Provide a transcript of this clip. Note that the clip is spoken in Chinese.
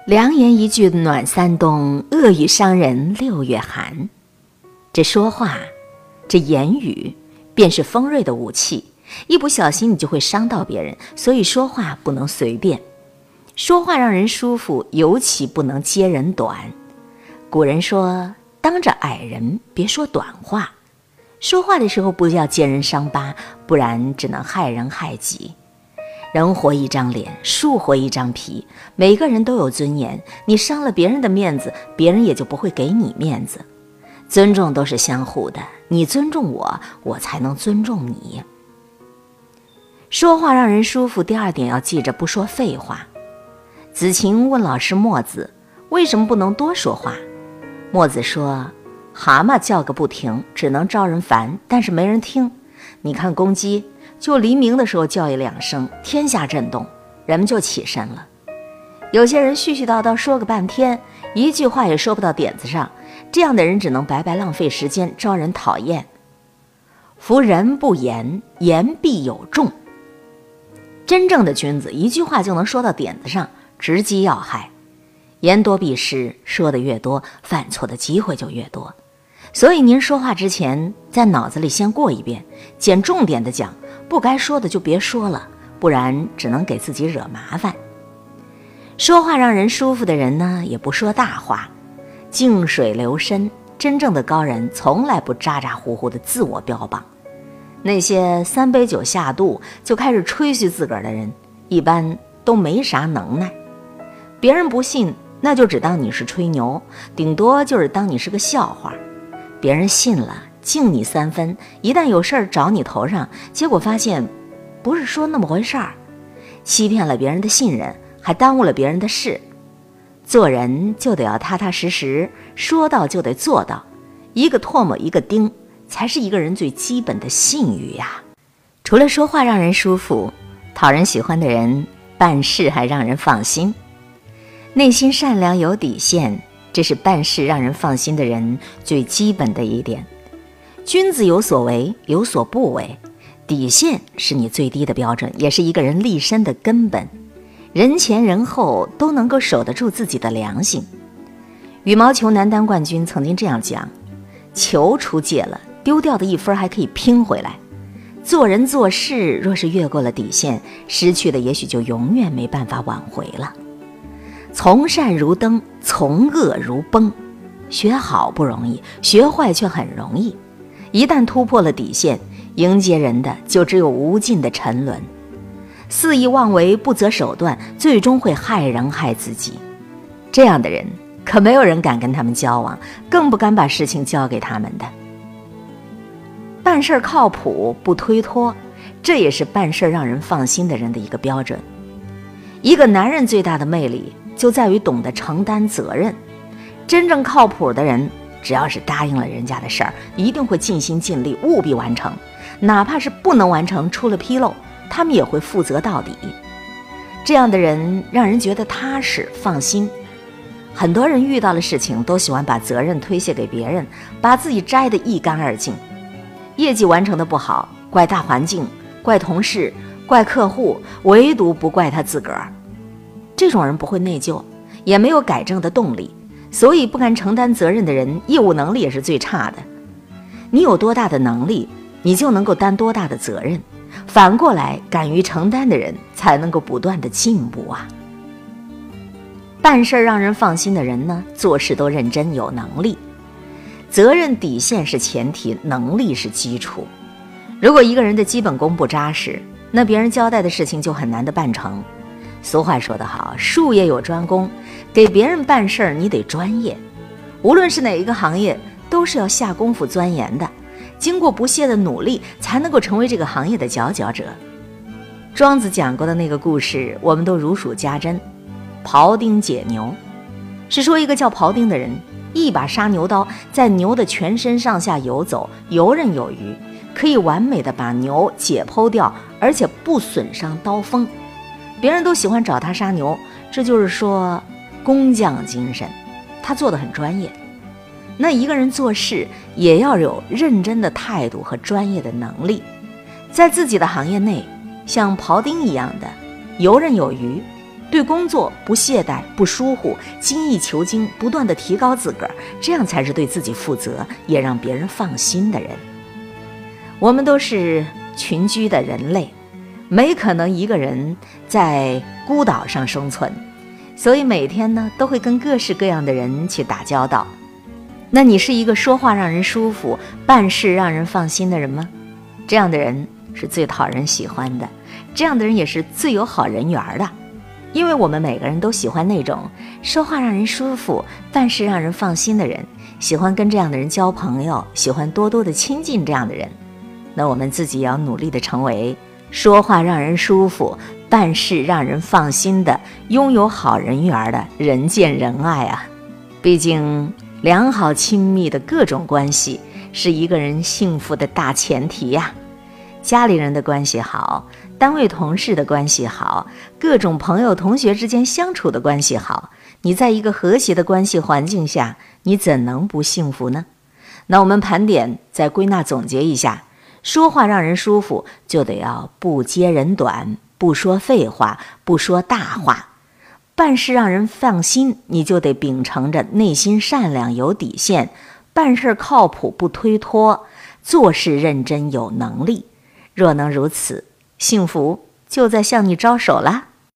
良言一句暖三冬，恶语伤人六月寒。这说话，这言语便是锋锐的武器，一不小心你就会伤到别人，所以说话不能随便。说话让人舒服，尤其不能揭人短。古人说，当着矮人别说短话，说话的时候不要揭人伤疤，不然只能害人害己。人活一张脸，树活一张皮，每个人都有尊严，你伤了别人的面子，别人也就不会给你面子。尊重都是相互的，你尊重我，我才能尊重你。说话让人舒服，第二点要记着不说废话。子晴问老师墨子，为什么不能多说话？墨子说，蛤蟆叫个不停，只能招人烦，但是没人听。你看公鸡，就黎明的时候叫一两声，天下震动，人们就起身了。有些人絮絮叨叨说个半天，一句话也说不到点子上，这样的人只能白白浪费时间，招人讨厌。夫人不言，言必有重。真正的君子一句话就能说到点子上，直击要害。言多必失，说的越多，犯错的机会就越多。所以您说话之前，在脑子里先过一遍，捡重点的讲，不该说的就别说了，不然只能给自己惹麻烦。说话让人舒服的人呢，也不说大话，静水流深。真正的高人从来不咋咋呼呼的自我标榜，那些3杯酒下肚就开始吹嘘自个儿的人，一般都没啥能耐。别人不信，那就只当你是吹牛，顶多就是当你是个笑话。别人信了，敬你3分，一旦有事儿找你头上，结果发现不是说那么回事儿，欺骗了别人的信任，还耽误了别人的事。做人就得要踏踏实实，说到就得做到，一个唾沫一个钉，才是一个人最基本的信誉呀。除了说话让人舒服，讨人喜欢的人办事还让人放心。内心善良有底线，这是办事让人放心的人最基本的一点。君子有所为，有所不为，底线是你最低的标准，也是一个人立身的根本。人前人后都能够守得住自己的良心。羽毛球男单冠军曾经这样讲，球出界了，丢掉的1分还可以拼回来。做人做事若是越过了底线，失去的也许就永远没办法挽回了。从善如登，从恶如崩。学好不容易，学坏却很容易。一旦突破了底线，迎接人的就只有无尽的沉沦。肆意妄为，不择手段，最终会害人害自己。这样的人可没有人敢跟他们交往，更不敢把事情交给他们的。办事靠谱，不推脱，这也是办事让人放心的人的一个标准。一个男人最大的魅力就在于懂得承担责任。真正靠谱的人，只要是答应了人家的事儿，一定会尽心尽力，务必完成，哪怕是不能完成，出了纰漏，他们也会负责到底。这样的人让人觉得踏实放心。很多人遇到了事情都喜欢把责任推卸给别人，把自己摘得一干二净。业绩完成的不好，怪大环境，怪同事，怪客户，唯独不怪他自个儿。这种人不会内疚，也没有改正的动力，所以不敢承担责任的人，业务能力也是最差的。你有多大的能力，你就能够担多大的责任。反过来，敢于承担的人才能够不断的进步啊。办事让人放心的人呢，做事都认真有能力。责任底线是前提，能力是基础。如果一个人的基本功不扎实，那别人交代的事情就很难的办成。俗话说得好，术业有专攻，给别人办事儿你得专业。无论是哪一个行业，都是要下功夫钻研的，经过不懈的努力，才能够成为这个行业的佼佼者。庄子讲过的那个故事，我们都如数家珍。庖丁解牛，是说一个叫庖丁的人，一把杀牛刀在牛的全身上下游走，游刃有余，可以完美的把牛解剖掉，而且不损伤刀锋。别人都喜欢找他杀牛，这就是说工匠精神，他做得很专业。那一个人做事也要有认真的态度和专业的能力，在自己的行业内像庖丁一样的游刃有余， 对工作不懈怠、不疏忽，精益求精，不断地提高自个儿，这样才是对自己负责，也让别人放心的人。我们都是群居的人类，没可能一个人在孤岛上生存，所以每天呢都会跟各式各样的人去打交道。那你是一个说话让人舒服、办事让人放心的人吗？这样的人是最讨人喜欢的，这样的人也是最有好人缘的。因为我们每个人都喜欢那种说话让人舒服、办事让人放心的人，喜欢跟这样的人交朋友，喜欢多多的亲近这样的人。那我们自己也要努力的成为说话让人舒服、办事让人放心的、拥有好人缘的人见人爱啊！毕竟良好亲密的各种关系是一个人幸福的大前提呀。家里人的关系好，单位同事的关系好，各种朋友同学之间相处的关系好，你在一个和谐的关系环境下，你怎能不幸福呢？那我们盘点再归纳总结一下，说话让人舒服，就得要不揭人短，不说废话，不说大话；办事让人放心，你就得秉承着内心善良有底线，办事靠谱不推脱，做事认真有能力。若能如此，幸福就在向你招手啦。